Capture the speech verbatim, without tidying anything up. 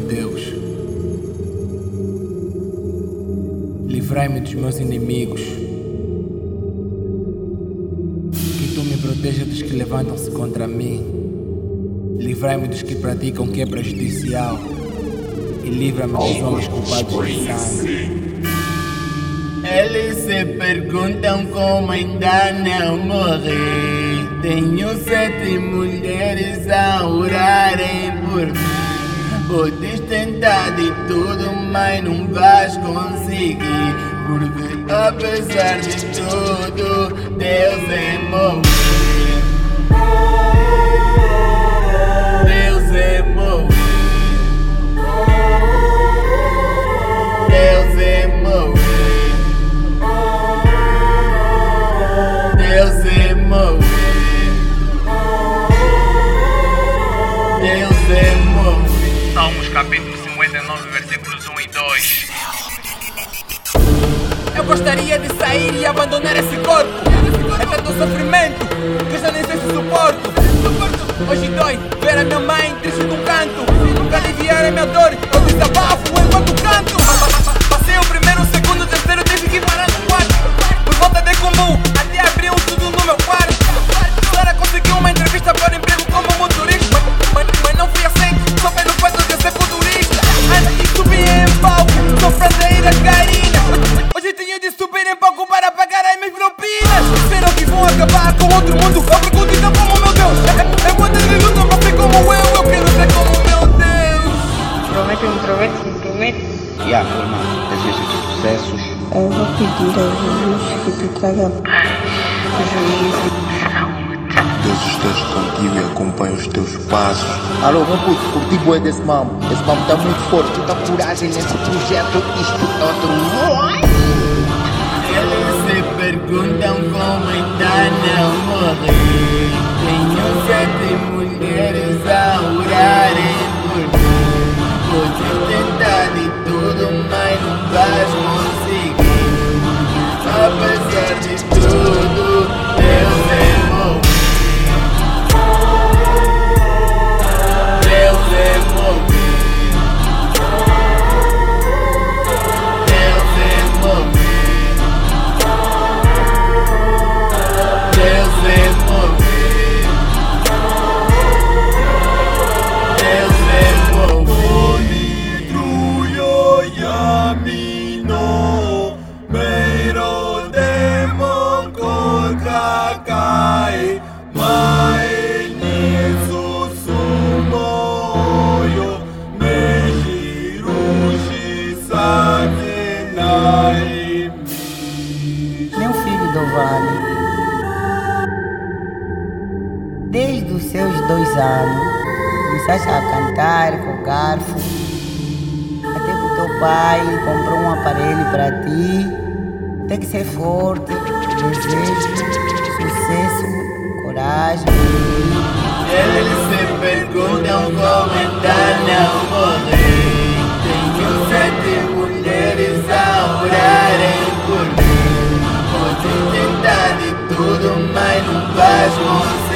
Deus. Livrai-me dos meus inimigos. Que tu me proteja dos que levantam-se contra mim. Livrai-me dos que praticam o que é prejudicial. E livra-me dos homens culpados de sangue. Eles se perguntam como ainda não morri. Tenho sete mulheres a orarem por mim. Podes tentar de tudo, mas não vais conseguir. Porque apesar de tudo, Deus é bom. Deus é bom. Deus é bom. Deus é bom. Deus é bom. Salmos capítulo cinquenta e nove, versículos um e dois. Eu gostaria de sair e abandonar esse corpo. É tanto sofrimento que já nem sei se suporto. Hoje dói ver a minha mãe triste num canto. Pra aliviar a minha dor, eu desabafo enquanto canto. Passei o primeiro, o segundo, o terceiro, tive que parar no quarto. Por volta de comum, até abri um tudo no meu quarto. Sara conseguiu uma entrevista para emprego como motorista. Mas, mas não fui aceito, só pelo fato de ser futurista. Antes de subir em palco, sou prazer a carinha. Hoje tenho de subir em palco para pagar as minhas propinas. Disseram que vão acabar com outro mundo. Eu pergunto então como meu Deus. Enquanto eles lutam pra ser como eu, eu quero ser como meu Deus. Promete-me, promete-me, promete. E a forma, desejos de sucessos. Eu vou pedir a Jesus que te traga paz, juízo, saúde. Deus esteja contigo e acompanhe os teus passos. Alô, meu puto, curti bué desse mambo. Esse mambo tá muito forte, muita coragem nesse projeto. Isto é outro mundo. Eles se perguntam como ainda não morri. Tenho sete mulheres a orarem por mim. Podes tentar de tudo, mas não vais conseguir. Apesar de tudo, Deus é bom. Deus é bom. Deus é bom. Deus é bom. Deus é bom. Meu filho do vale, desde os seus dois anos, começaste a cantar com o garfo, até que o teu pai comprou um aparelho para ti. Tem que ser forte, desejo, sucesso, coragem. Eles se perguntam como ainda não morri. Tenho sete mulheres a orarem por mim. Podes tentar de tudo, mas não vais conseguir.